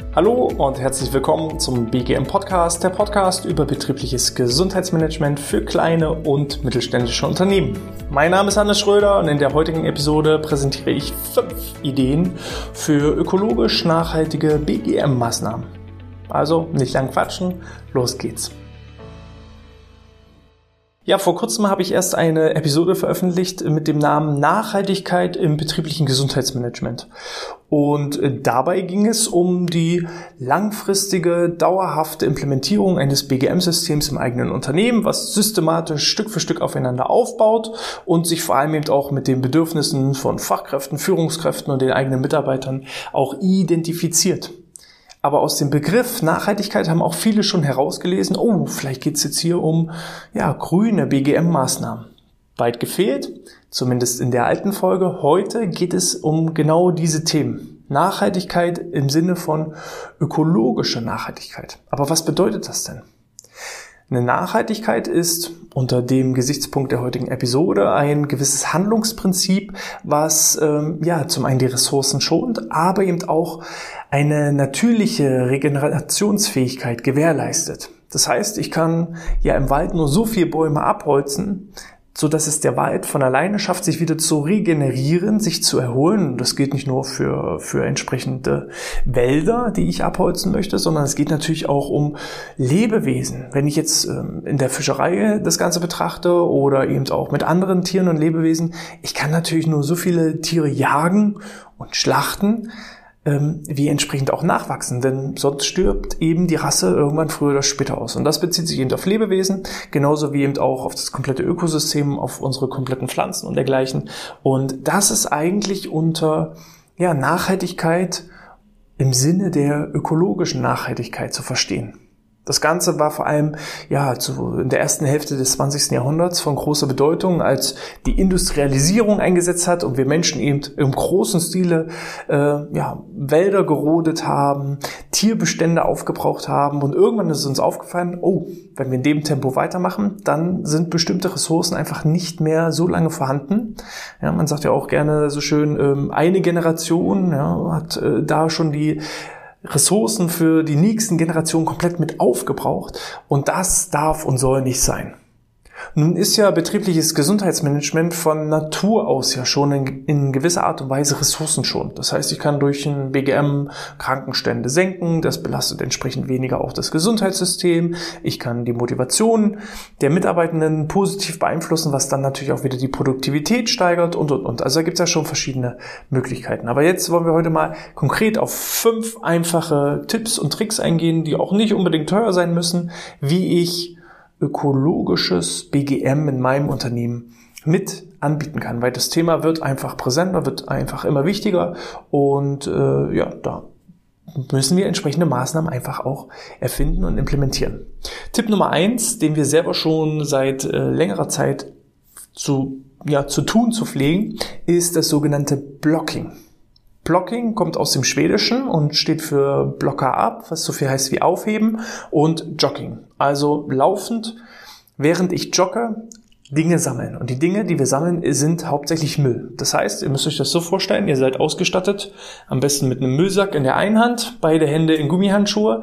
Hallo und herzlich willkommen zum BGM Podcast, der Podcast über betriebliches Gesundheitsmanagement für kleine und mittelständische Unternehmen. Mein Name ist Hannes Schröder und in der heutigen Episode präsentiere ich 5 Ideen für ökologisch nachhaltige BGM-Maßnahmen. Also nicht lang quatschen, los geht's. Ja, vor kurzem habe ich erst eine Episode veröffentlicht mit dem Namen Nachhaltigkeit im betrieblichen Gesundheitsmanagement. Und dabei ging es um die langfristige, dauerhafte Implementierung eines BGM-Systems im eigenen Unternehmen, was systematisch Stück für Stück aufeinander aufbaut und sich vor allem eben auch mit den Bedürfnissen von Fachkräften, Führungskräften und den eigenen Mitarbeitern auch identifiziert. Aber aus dem Begriff Nachhaltigkeit haben auch viele schon herausgelesen, vielleicht geht es jetzt hier um grüne BGM-Maßnahmen. Weit gefehlt, zumindest in der alten Folge. Heute geht es um genau diese Themen. Nachhaltigkeit im Sinne von ökologischer Nachhaltigkeit. Aber was bedeutet das denn? Eine Nachhaltigkeit ist unter dem Gesichtspunkt der heutigen Episode ein gewisses Handlungsprinzip, was zum einen die Ressourcen schont, aber eben auch eine natürliche Regenerationsfähigkeit gewährleistet. Das heißt, ich kann im Wald nur so viele Bäume abholzen, so dass es der Wald von alleine schafft, sich wieder zu regenerieren, sich zu erholen. Das gilt nicht nur für entsprechende Wälder, die ich abholzen möchte, sondern es geht natürlich auch um Lebewesen. Wenn ich jetzt in der Fischerei das Ganze betrachte oder eben auch mit anderen Tieren und Lebewesen, ich kann natürlich nur so viele Tiere jagen und schlachten, wie entsprechend auch nachwachsen, denn sonst stirbt eben die Rasse irgendwann früher oder später aus. Und das bezieht sich eben auf Lebewesen, genauso wie eben auch auf das komplette Ökosystem, auf unsere kompletten Pflanzen und dergleichen. Und das ist eigentlich unter Nachhaltigkeit im Sinne der ökologischen Nachhaltigkeit zu verstehen. Das Ganze war vor allem in der ersten Hälfte des 20. Jahrhunderts von großer Bedeutung, als die Industrialisierung eingesetzt hat und wir Menschen eben im großen Stile Wälder gerodet haben, Tierbestände aufgebraucht haben und irgendwann ist es uns aufgefallen, wenn wir in dem Tempo weitermachen, dann sind bestimmte Ressourcen einfach nicht mehr so lange vorhanden. Ja, man sagt ja auch gerne so schön, eine Generation hat da schon die Ressourcen für die nächsten Generationen komplett mit aufgebraucht und das darf und soll nicht sein. Nun ist ja betriebliches Gesundheitsmanagement von Natur aus ja schon in gewisser Art und Weise ressourcenschonend. Das heißt, ich kann durch ein BGM Krankenstände senken, das belastet entsprechend weniger auch das Gesundheitssystem. Ich kann die Motivation der Mitarbeitenden positiv beeinflussen, was dann natürlich auch wieder die Produktivität steigert und. Also da gibt es ja schon verschiedene Möglichkeiten. Aber jetzt wollen wir heute mal konkret auf 5 einfache Tipps und Tricks eingehen, die auch nicht unbedingt teuer sein müssen, wie ich ökologisches BGM in meinem Unternehmen mit anbieten kann, weil das Thema wird einfach präsenter, wird einfach immer wichtiger und da müssen wir entsprechende Maßnahmen einfach auch erfinden und implementieren. Tipp Nummer 1, den wir selber schon seit längerer Zeit zu pflegen, ist das sogenannte Blocking. Blocking kommt aus dem Schwedischen und steht für Blocker ab, was so viel heißt wie aufheben, und Jogging. Also laufend, während ich jogge, Dinge sammeln. Und die Dinge, die wir sammeln, sind hauptsächlich Müll. Das heißt, ihr müsst euch das so vorstellen, ihr seid ausgestattet, am besten mit einem Müllsack in der einen Hand, beide Hände in Gummihandschuhe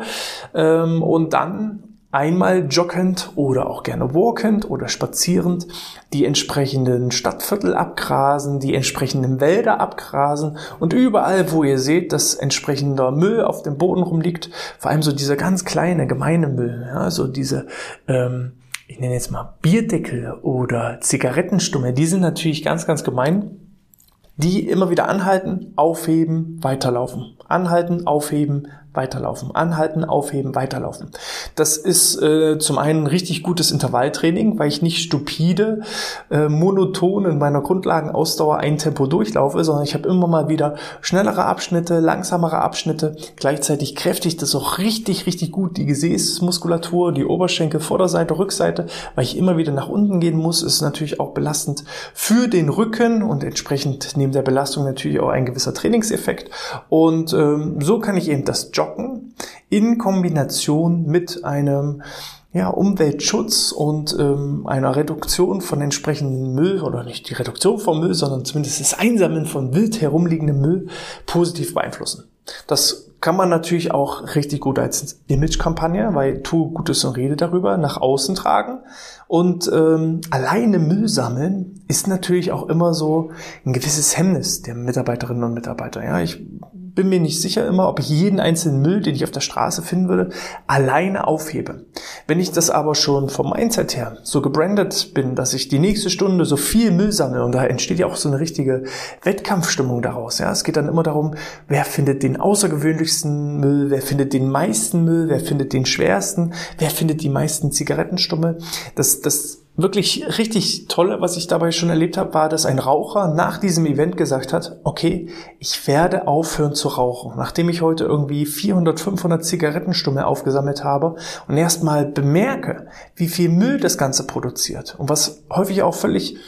und dann einmal joggend oder auch gerne walkend oder spazierend die entsprechenden Stadtviertel abgrasen, die entsprechenden Wälder abgrasen und überall, wo ihr seht, dass entsprechender Müll auf dem Boden rumliegt, vor allem so dieser ganz kleine, gemeine Müll, so diese, ich nenne jetzt mal Bierdeckel oder Zigarettenstummel, die sind natürlich ganz, ganz gemein. Die immer wieder anhalten, aufheben, weiterlaufen. Anhalten, aufheben, weiterlaufen. Anhalten, aufheben, weiterlaufen. Das ist zum einen richtig gutes Intervalltraining, weil ich nicht stupide, monoton in meiner Grundlagenausdauer ein Tempo durchlaufe, sondern ich habe immer mal wieder schnellere Abschnitte, langsamere Abschnitte. Gleichzeitig kräftigt das auch richtig, richtig gut die Gesäßmuskulatur, die Oberschenkel, Vorderseite, Rückseite, weil ich immer wieder nach unten gehen muss. Ist natürlich auch belastend für den Rücken und entsprechend neben der Belastung natürlich auch ein gewisser Trainingseffekt. Und so kann ich eben das Joggen in Kombination mit einem Umweltschutz und einer Reduktion von entsprechendem Müll, oder nicht die Reduktion von Müll, sondern zumindest das Einsammeln von wild herumliegendem Müll positiv beeinflussen. Das kann man natürlich auch richtig gut als Image-Kampagne, weil tu Gutes und rede darüber, nach außen tragen. Und alleine Müll sammeln ist natürlich auch immer so ein gewisses Hemmnis der Mitarbeiterinnen und Mitarbeiter. Ja, ich bin mir nicht sicher immer, ob ich jeden einzelnen Müll, den ich auf der Straße finden würde, alleine aufhebe. Wenn ich das aber schon vom Mindset her so gebrandet bin, dass ich die nächste Stunde so viel Müll sammle, und da entsteht ja auch so eine richtige Wettkampfstimmung daraus. Ja, es geht dann immer darum, wer findet den außergewöhnlichsten Müll, wer findet den meisten Müll, wer findet den schwersten, wer findet die meisten Zigarettenstummel. Das wirklich richtig Tolle, was ich dabei schon erlebt habe, war, dass ein Raucher nach diesem Event gesagt hat, okay, ich werde aufhören zu rauchen, nachdem ich heute irgendwie 400, 500 Zigarettenstummel aufgesammelt habe und erstmal bemerke, wie viel Müll das Ganze produziert und was häufig auch völlig,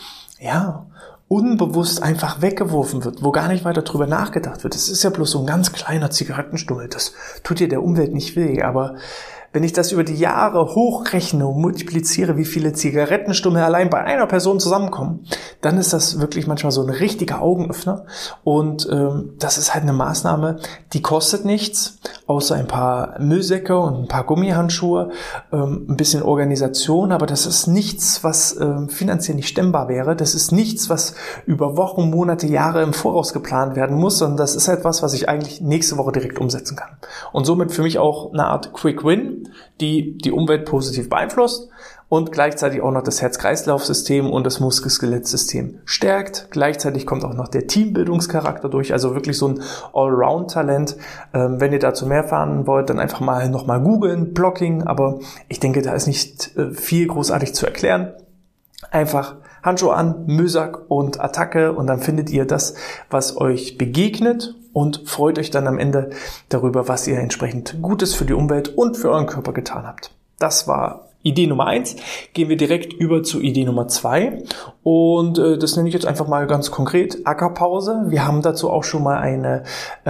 unbewusst einfach weggeworfen wird, wo gar nicht weiter drüber nachgedacht wird. Es ist ja bloß so ein ganz kleiner Zigarettenstummel, das tut dir der Umwelt nicht weh, aber wenn ich das über die Jahre hochrechne und multipliziere, wie viele Zigarettenstummel allein bei einer Person zusammenkommen, dann ist das wirklich manchmal so ein richtiger Augenöffner. Und das ist halt eine Maßnahme, die kostet nichts, außer ein paar Müllsäcke und ein paar Gummihandschuhe, ein bisschen Organisation, aber das ist nichts, was finanziell nicht stemmbar wäre. Das ist nichts, was über Wochen, Monate, Jahre im Voraus geplant werden muss, sondern das ist etwas, was ich eigentlich nächste Woche direkt umsetzen kann. Und somit für mich auch eine Art Quick Win, die die Umwelt positiv beeinflusst und gleichzeitig auch noch das Herz-Kreislauf-System und das Muskel-Skelett-System stärkt. Gleichzeitig kommt auch noch der Teambildungscharakter durch, also wirklich so ein Allround-Talent. Wenn ihr dazu mehr erfahren wollt, dann einfach nochmal googeln, Blocking, aber ich denke, da ist nicht viel großartig zu erklären. Einfach Handschuhe an, Müllsack und Attacke und dann findet ihr das, was euch begegnet und freut euch dann am Ende darüber, was ihr entsprechend Gutes für die Umwelt und für euren Körper getan habt. Das war Idee Nummer 1. Gehen wir direkt über zu Idee Nummer 2 und das nenne ich jetzt einfach mal ganz konkret Ackerpause. Wir haben dazu auch schon mal eine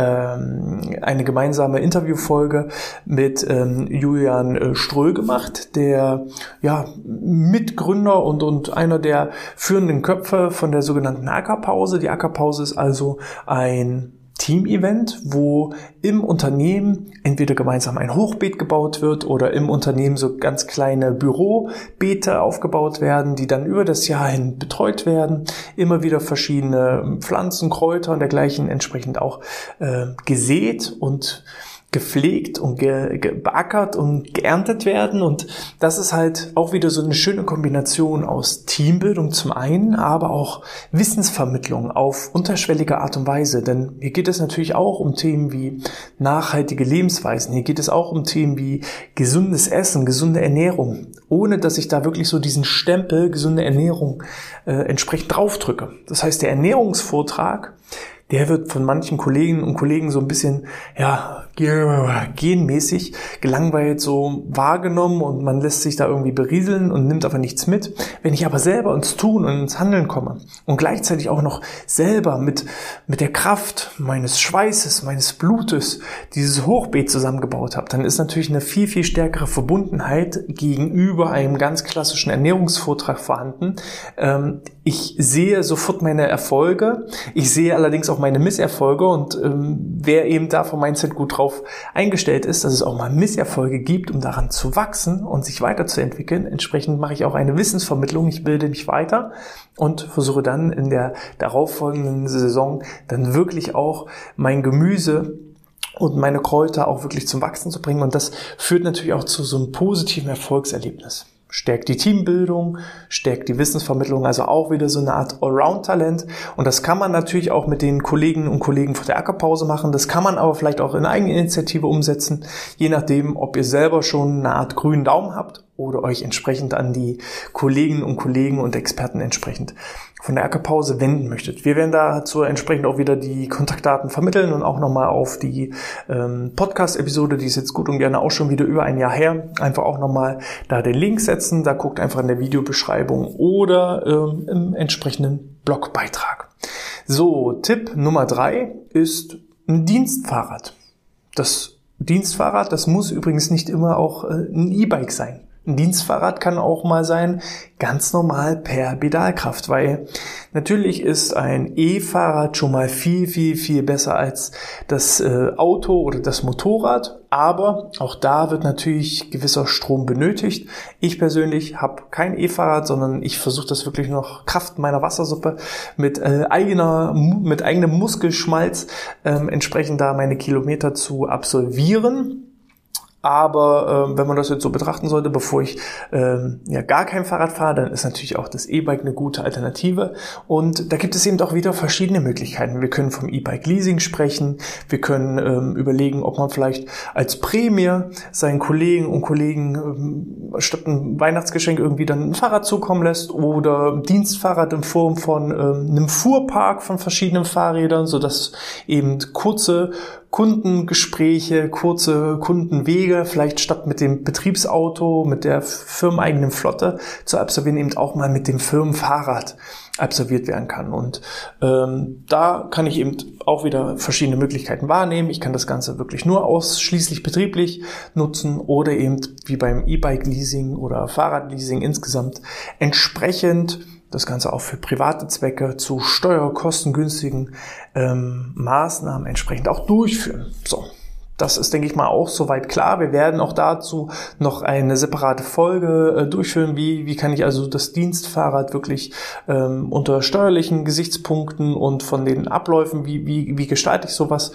gemeinsame Interviewfolge mit Julian Ströhl gemacht, der Mitgründer und einer der führenden Köpfe von der sogenannten Ackerpause. Die Ackerpause ist also ein Team-Event, wo im Unternehmen entweder gemeinsam ein Hochbeet gebaut wird oder im Unternehmen so ganz kleine Bürobeete aufgebaut werden, die dann über das Jahr hin betreut werden. Immer wieder verschiedene Pflanzen, Kräuter und dergleichen entsprechend auch gesät und gepflegt und beackert und geerntet werden. Und das ist halt auch wieder so eine schöne Kombination aus Teambildung zum einen, aber auch Wissensvermittlung auf unterschwellige Art und Weise. Denn hier geht es natürlich auch um Themen wie nachhaltige Lebensweisen. Hier geht es auch um Themen wie gesundes Essen, gesunde Ernährung, ohne dass ich da wirklich so diesen Stempel gesunde Ernährung entsprechend draufdrücke. Das heißt, der Ernährungsvortrag, der wird von manchen Kolleginnen und Kollegen so ein bisschen, genmäßig gelangweilt so wahrgenommen und man lässt sich da irgendwie berieseln und nimmt aber nichts mit. Wenn ich aber selber ins Tun und ins Handeln komme und gleichzeitig auch noch selber mit der Kraft meines Schweißes, meines Blutes dieses Hochbeet zusammengebaut habe, dann ist natürlich eine viel, viel stärkere Verbundenheit gegenüber einem ganz klassischen Ernährungsvortrag vorhanden. Ich sehe sofort meine Erfolge, ich sehe allerdings auch meine Misserfolge und wer eben da vom Mindset gut drauf eingestellt ist, dass es auch mal Misserfolge gibt, um daran zu wachsen und sich weiterzuentwickeln. Entsprechend mache ich auch eine Wissensvermittlung, ich bilde mich weiter und versuche dann in der darauffolgenden Saison dann wirklich auch mein Gemüse und meine Kräuter auch wirklich zum Wachsen zu bringen und das führt natürlich auch zu so einem positiven Erfolgserlebnis. Stärkt die Teambildung, stärkt die Wissensvermittlung, also auch wieder so eine Art Allround-Talent. Und das kann man natürlich auch mit den Kolleginnen und Kollegen vor der Ackerpause machen. Das kann man aber vielleicht auch in Eigeninitiative umsetzen, je nachdem, ob ihr selber schon eine Art grünen Daumen habt oder euch entsprechend an die Kolleginnen und Kollegen und Experten entsprechend von der Ackerpause wenden möchtet. Wir werden dazu entsprechend auch wieder die Kontaktdaten vermitteln und auch nochmal auf die Podcast-Episode, die ist jetzt gut und gerne auch schon wieder über ein Jahr her, einfach auch nochmal da den Link setzen. Da guckt einfach in der Videobeschreibung oder im entsprechenden Blogbeitrag. So, Tipp Nummer 3 ist ein Dienstfahrrad. Das Dienstfahrrad, das muss übrigens nicht immer auch ein E-Bike sein. Ein Dienstfahrrad kann auch mal sein, ganz normal per Pedalkraft, weil natürlich ist ein E-Fahrrad schon mal viel, viel, viel besser als das Auto oder das Motorrad, aber auch da wird natürlich gewisser Strom benötigt. Ich persönlich habe kein E-Fahrrad, sondern ich versuche das wirklich noch Kraft meiner Wassersuppe mit eigenem Muskelschmalz entsprechend da meine Kilometer zu absolvieren. Aber wenn man das jetzt so betrachten sollte, bevor ich gar kein Fahrrad fahre, dann ist natürlich auch das E-Bike eine gute Alternative. Und da gibt es eben auch wieder verschiedene Möglichkeiten. Wir können vom E-Bike-Leasing sprechen. Wir können überlegen, ob man vielleicht als Prämie seinen Kollegen und Kollegen statt ein Weihnachtsgeschenk irgendwie dann ein Fahrrad zukommen lässt oder ein Dienstfahrrad in Form von einem Fuhrpark von verschiedenen Fahrrädern, sodass eben kurze Kundengespräche, kurze Kundenwege, vielleicht statt mit dem Betriebsauto, mit der firmeneigenen Flotte zu absolvieren, eben auch mal mit dem Firmenfahrrad absolviert werden kann. Und da kann ich eben auch wieder verschiedene Möglichkeiten wahrnehmen. Ich kann das Ganze wirklich nur ausschließlich betrieblich nutzen oder eben wie beim E-Bike-Leasing oder Fahrradleasing insgesamt entsprechend das Ganze auch für private Zwecke zu steuerkostengünstigen Maßnahmen entsprechend auch durchführen. So, das ist, denke ich mal, auch soweit klar. Wir werden auch dazu noch eine separate Folge durchführen. Wie kann ich also das Dienstfahrrad wirklich unter steuerlichen Gesichtspunkten und von den Abläufen, wie gestalte ich sowas?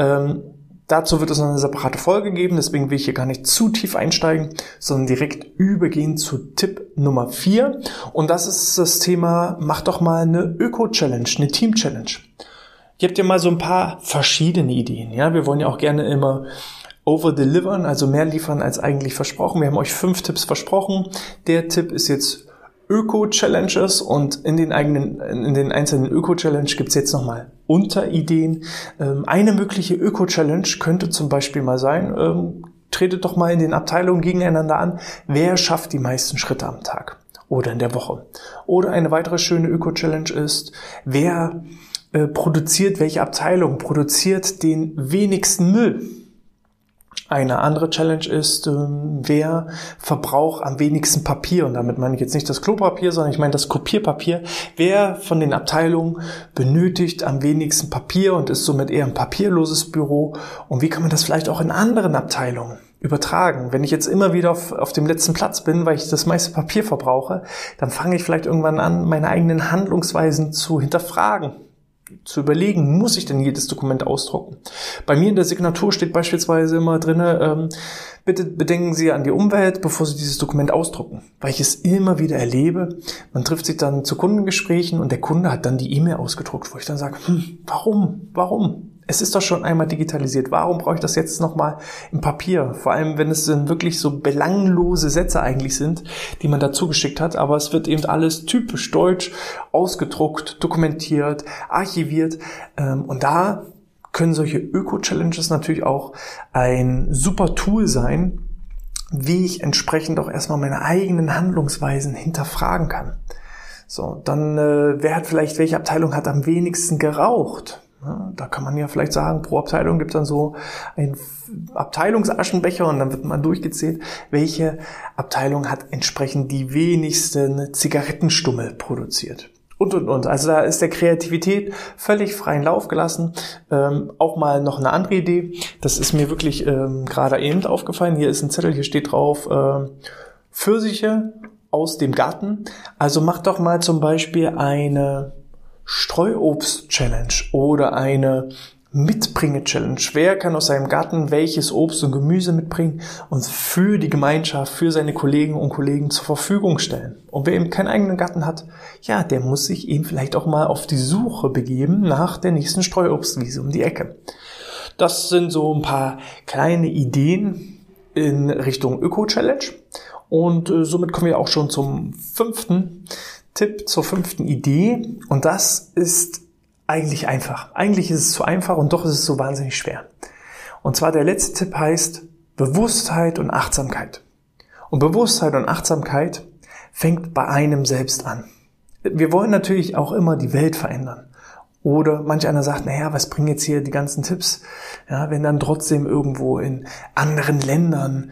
Dazu wird es noch eine separate Folge geben, deswegen will ich hier gar nicht zu tief einsteigen, sondern direkt übergehen zu Tipp Nummer 4. Und das ist das Thema, mach doch mal eine Öko-Challenge, eine Team-Challenge. Ihr habt ja mal so ein paar verschiedene Ideen. Ja, wir wollen ja auch gerne immer over-delivern, also mehr liefern als eigentlich versprochen. Wir haben euch 5 Tipps versprochen. Der Tipp ist jetzt Öko-Challenges und in den einzelnen Öko-Challenge gibt's jetzt nochmal Unterideen. Eine mögliche Öko-Challenge könnte zum Beispiel mal sein, tretet doch mal in den Abteilungen gegeneinander an, wer schafft die meisten Schritte am Tag oder in der Woche. Oder eine weitere schöne Öko-Challenge ist, wer welche Abteilung produziert den wenigsten Müll. Eine andere Challenge ist, wer verbraucht am wenigsten Papier. Und damit meine ich jetzt nicht das Klopapier, sondern ich meine das Kopierpapier. Wer von den Abteilungen benötigt am wenigsten Papier und ist somit eher ein papierloses Büro? Und wie kann man das vielleicht auch in anderen Abteilungen übertragen? Wenn ich jetzt immer wieder auf dem letzten Platz bin, weil ich das meiste Papier verbrauche, dann fange ich vielleicht irgendwann an, meine eigenen Handlungsweisen zu hinterfragen. Zu überlegen, muss ich denn jedes Dokument ausdrucken? Bei mir in der Signatur steht beispielsweise immer drinne, bitte bedenken Sie an die Umwelt, bevor Sie dieses Dokument ausdrucken. Weil ich es immer wieder erlebe, man trifft sich dann zu Kundengesprächen und der Kunde hat dann die E-Mail ausgedruckt, wo ich dann sage, warum? Es ist doch schon einmal digitalisiert. Warum brauche ich das jetzt nochmal im Papier? Vor allem, wenn es dann wirklich so belanglose Sätze eigentlich sind, die man dazu geschickt hat. Aber es wird eben alles typisch deutsch ausgedruckt, dokumentiert, archiviert. Und da können solche Öko-Challenges natürlich auch ein super Tool sein, wie ich entsprechend auch erstmal meine eigenen Handlungsweisen hinterfragen kann. So, dann welche Abteilung hat am wenigsten geraucht? Ja, da kann man ja vielleicht sagen, pro Abteilung gibt es dann so einen Abteilungsaschenbecher und dann wird mal durchgezählt, welche Abteilung hat entsprechend die wenigsten Zigarettenstummel produziert. Und. Also da ist der Kreativität völlig freien Lauf gelassen. Auch mal noch eine andere Idee. Das ist mir wirklich gerade eben aufgefallen. Hier ist ein Zettel, hier steht drauf, Pfirsiche aus dem Garten. Also macht doch mal zum Beispiel eine Streuobst-Challenge oder eine Mitbringe-Challenge. Wer kann aus seinem Garten welches Obst und Gemüse mitbringen und für die Gemeinschaft, für seine Kollegen und Kollegen zur Verfügung stellen? Und wer eben keinen eigenen Garten hat, ja, der muss sich eben vielleicht auch mal auf die Suche begeben nach der nächsten Streuobstwiese um die Ecke. Das sind so ein paar kleine Ideen in Richtung Öko-Challenge. Und somit kommen wir auch schon zum 5. Tipp, zur 5. Idee. Und das ist eigentlich einfach. Eigentlich ist es zu einfach und doch ist es so wahnsinnig schwer. Und zwar der letzte Tipp heißt Bewusstheit und Achtsamkeit. Und Bewusstheit und Achtsamkeit fängt bei einem selbst an. Wir wollen natürlich auch immer die Welt verändern. Oder manch einer sagt, naja, was bringen jetzt hier die ganzen Tipps? Ja, wenn dann trotzdem irgendwo in anderen Ländern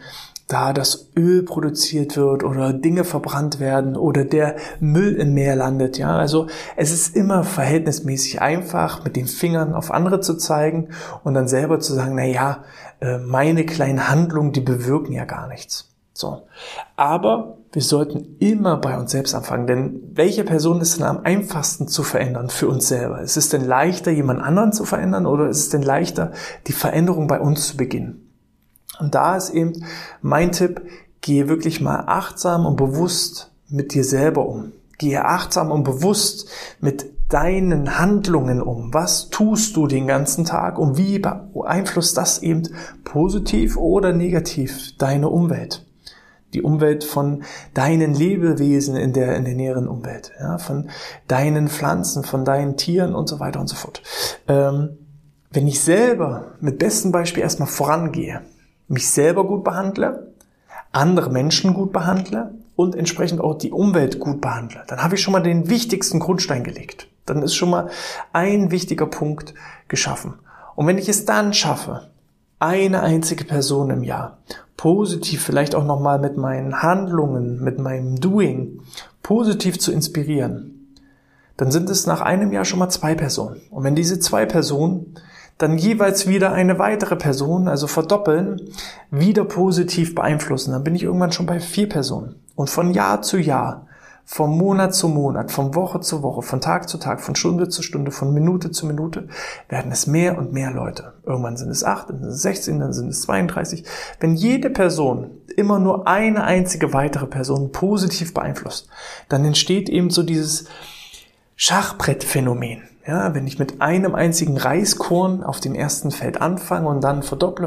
da das Öl produziert wird oder Dinge verbrannt werden oder der Müll im Meer landet. Ja, also es ist immer verhältnismäßig einfach, mit den Fingern auf andere zu zeigen und dann selber zu sagen, meine kleinen Handlungen, die bewirken ja gar nichts. So. Aber wir sollten immer bei uns selbst anfangen, denn welche Person ist denn am einfachsten zu verändern für uns selber? Ist es denn leichter, jemand anderen zu verändern oder ist es denn leichter, die Veränderung bei uns zu beginnen? Und da ist eben mein Tipp, gehe wirklich mal achtsam und bewusst mit dir selber um. Gehe achtsam und bewusst mit deinen Handlungen um. Was tust du den ganzen Tag und wie beeinflusst das eben positiv oder negativ deine Umwelt? Die Umwelt von deinen Lebewesen in der näheren Umwelt, ja, von deinen Pflanzen, von deinen Tieren und so weiter und so fort. Wenn ich selber mit bestem Beispiel erstmal vorangehe, mich selber gut behandle, andere Menschen gut behandle und entsprechend auch die Umwelt gut behandle, dann habe ich schon mal den wichtigsten Grundstein gelegt. Dann ist schon mal ein wichtiger Punkt geschaffen. Und wenn ich es dann schaffe, eine einzige Person im Jahr positiv, vielleicht auch nochmal mit meinen Handlungen, mit meinem Doing, positiv zu inspirieren, dann sind es nach einem Jahr schon mal 2 Personen. Und wenn diese 2 Personen dann jeweils wieder eine weitere Person, also verdoppeln, wieder positiv beeinflussen, dann bin ich irgendwann schon bei 4 Personen. Und von Jahr zu Jahr, von Monat zu Monat, von Woche zu Woche, von Tag zu Tag, von Stunde zu Stunde, von Minute zu Minute, werden es mehr und mehr Leute. Irgendwann sind es 8, dann sind es 16, dann sind es 32. Wenn jede Person immer nur eine einzige weitere Person positiv beeinflusst, dann entsteht eben so dieses Schachbrettphänomen. Ja, wenn ich mit einem einzigen Reiskorn auf dem ersten Feld anfange und dann verdopple,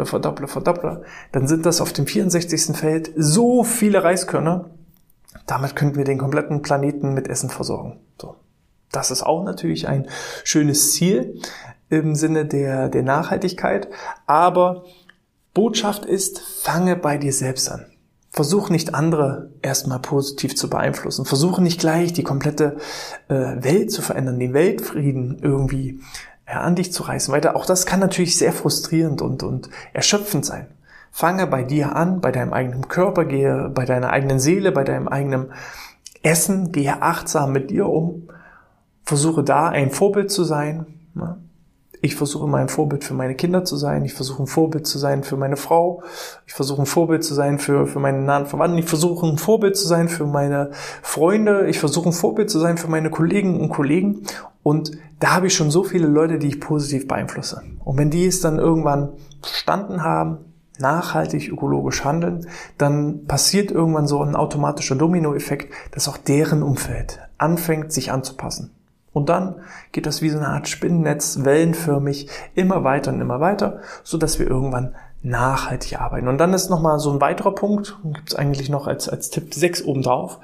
dann sind das auf dem 64. Feld so viele Reiskörner. Damit könnten wir den kompletten Planeten mit Essen versorgen. So. Das ist auch natürlich ein schönes Ziel im Sinne der Nachhaltigkeit. Aber Botschaft ist, fange bei dir selbst an. Versuch nicht andere erstmal positiv zu beeinflussen. Versuche nicht gleich die komplette Welt zu verändern, den Weltfrieden irgendwie an dich zu reißen. Weil auch das kann natürlich sehr frustrierend und erschöpfend sein. Fange bei dir an, bei deinem eigenen Körper, gehe bei deiner eigenen Seele, bei deinem eigenen Essen, gehe achtsam mit dir um. Versuche da ein Vorbild zu sein. Ich versuche immer ein Vorbild für meine Kinder zu sein. Ich versuche ein Vorbild zu sein für meine Frau. Ich versuche ein Vorbild zu sein für meine nahen Verwandten. Ich versuche ein Vorbild zu sein für meine Freunde. Ich versuche ein Vorbild zu sein für meine Kolleginnen und Kollegen. Und da habe ich schon so viele Leute, die ich positiv beeinflusse. Und wenn die es dann irgendwann verstanden haben, nachhaltig, ökologisch handeln, dann passiert irgendwann so ein automatischer Dominoeffekt, dass auch deren Umfeld anfängt, sich anzupassen. Und dann geht das wie so eine Art Spinnennetz, wellenförmig, immer weiter, so dass wir irgendwann nachhaltig arbeiten. Und dann ist nochmal so ein weiterer Punkt, gibt es eigentlich noch als Tipp 6 obendrauf,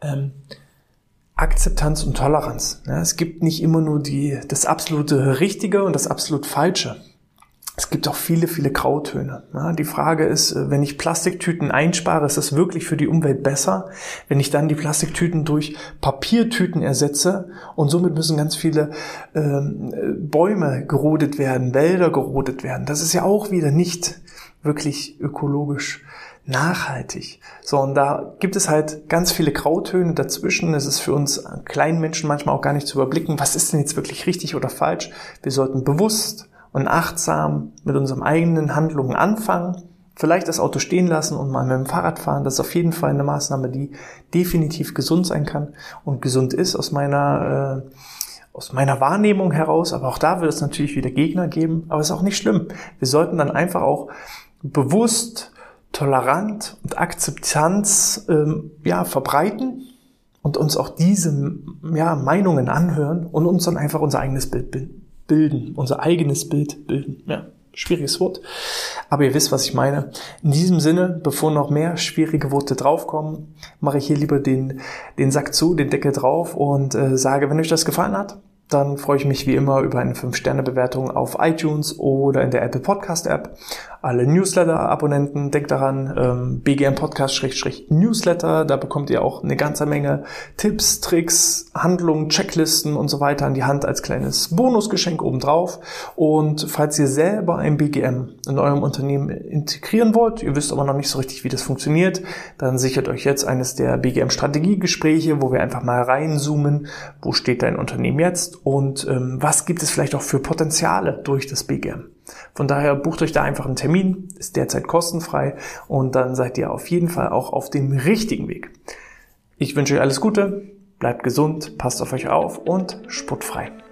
Akzeptanz und Toleranz. Ja, es gibt nicht immer nur das absolute Richtige und das absolut Falsche. Es gibt auch viele, viele Grautöne. Ja, die Frage ist, wenn ich Plastiktüten einspare, ist das wirklich für die Umwelt besser? Wenn ich dann die Plastiktüten durch Papiertüten ersetze und somit müssen ganz viele Bäume gerodet werden, Wälder gerodet werden. Das ist ja auch wieder nicht wirklich ökologisch nachhaltig. So, und da gibt es halt ganz viele Grautöne dazwischen. Es ist für uns kleinen Menschen manchmal auch gar nicht zu überblicken, was ist denn jetzt wirklich richtig oder falsch. Wir sollten bewusst und achtsam mit unseren eigenen Handlungen anfangen, vielleicht das Auto stehen lassen und mal mit dem Fahrrad fahren. Das ist auf jeden Fall eine Maßnahme, die definitiv gesund sein kann und gesund ist aus meiner Wahrnehmung heraus. Aber auch da wird es natürlich wieder Gegner geben, aber es ist auch nicht schlimm. Wir sollten dann einfach auch bewusst, tolerant und Akzeptanz verbreiten und uns auch diese Meinungen anhören und uns dann einfach unser eigenes Bild bilden. Ja, schwieriges Wort, aber ihr wisst, was ich meine. In diesem Sinne, bevor noch mehr schwierige Worte draufkommen, mache ich hier lieber den Sack zu, den Deckel drauf und sage, wenn euch das gefallen hat, dann freue ich mich wie immer über eine 5-Sterne-Bewertung auf iTunes oder in der Apple Podcast App. alle Newsletter-Abonnenten, denkt daran, BGM-Podcast-Newsletter, da bekommt ihr auch eine ganze Menge Tipps, Tricks, Handlungen, Checklisten und so weiter an die Hand als kleines Bonusgeschenk obendrauf. Und falls ihr selber ein BGM in eurem Unternehmen integrieren wollt, ihr wisst aber noch nicht so richtig, wie das funktioniert, dann sichert euch jetzt eines der BGM-Strategiegespräche, wo wir einfach mal reinzoomen, wo steht dein Unternehmen jetzt und was gibt es vielleicht auch für Potenziale durch das BGM. Von daher bucht euch da einfach einen Termin, ist derzeit kostenfrei und dann seid ihr auf jeden Fall auch auf dem richtigen Weg. Ich wünsche euch alles Gute, bleibt gesund, passt auf euch auf und sportfrei.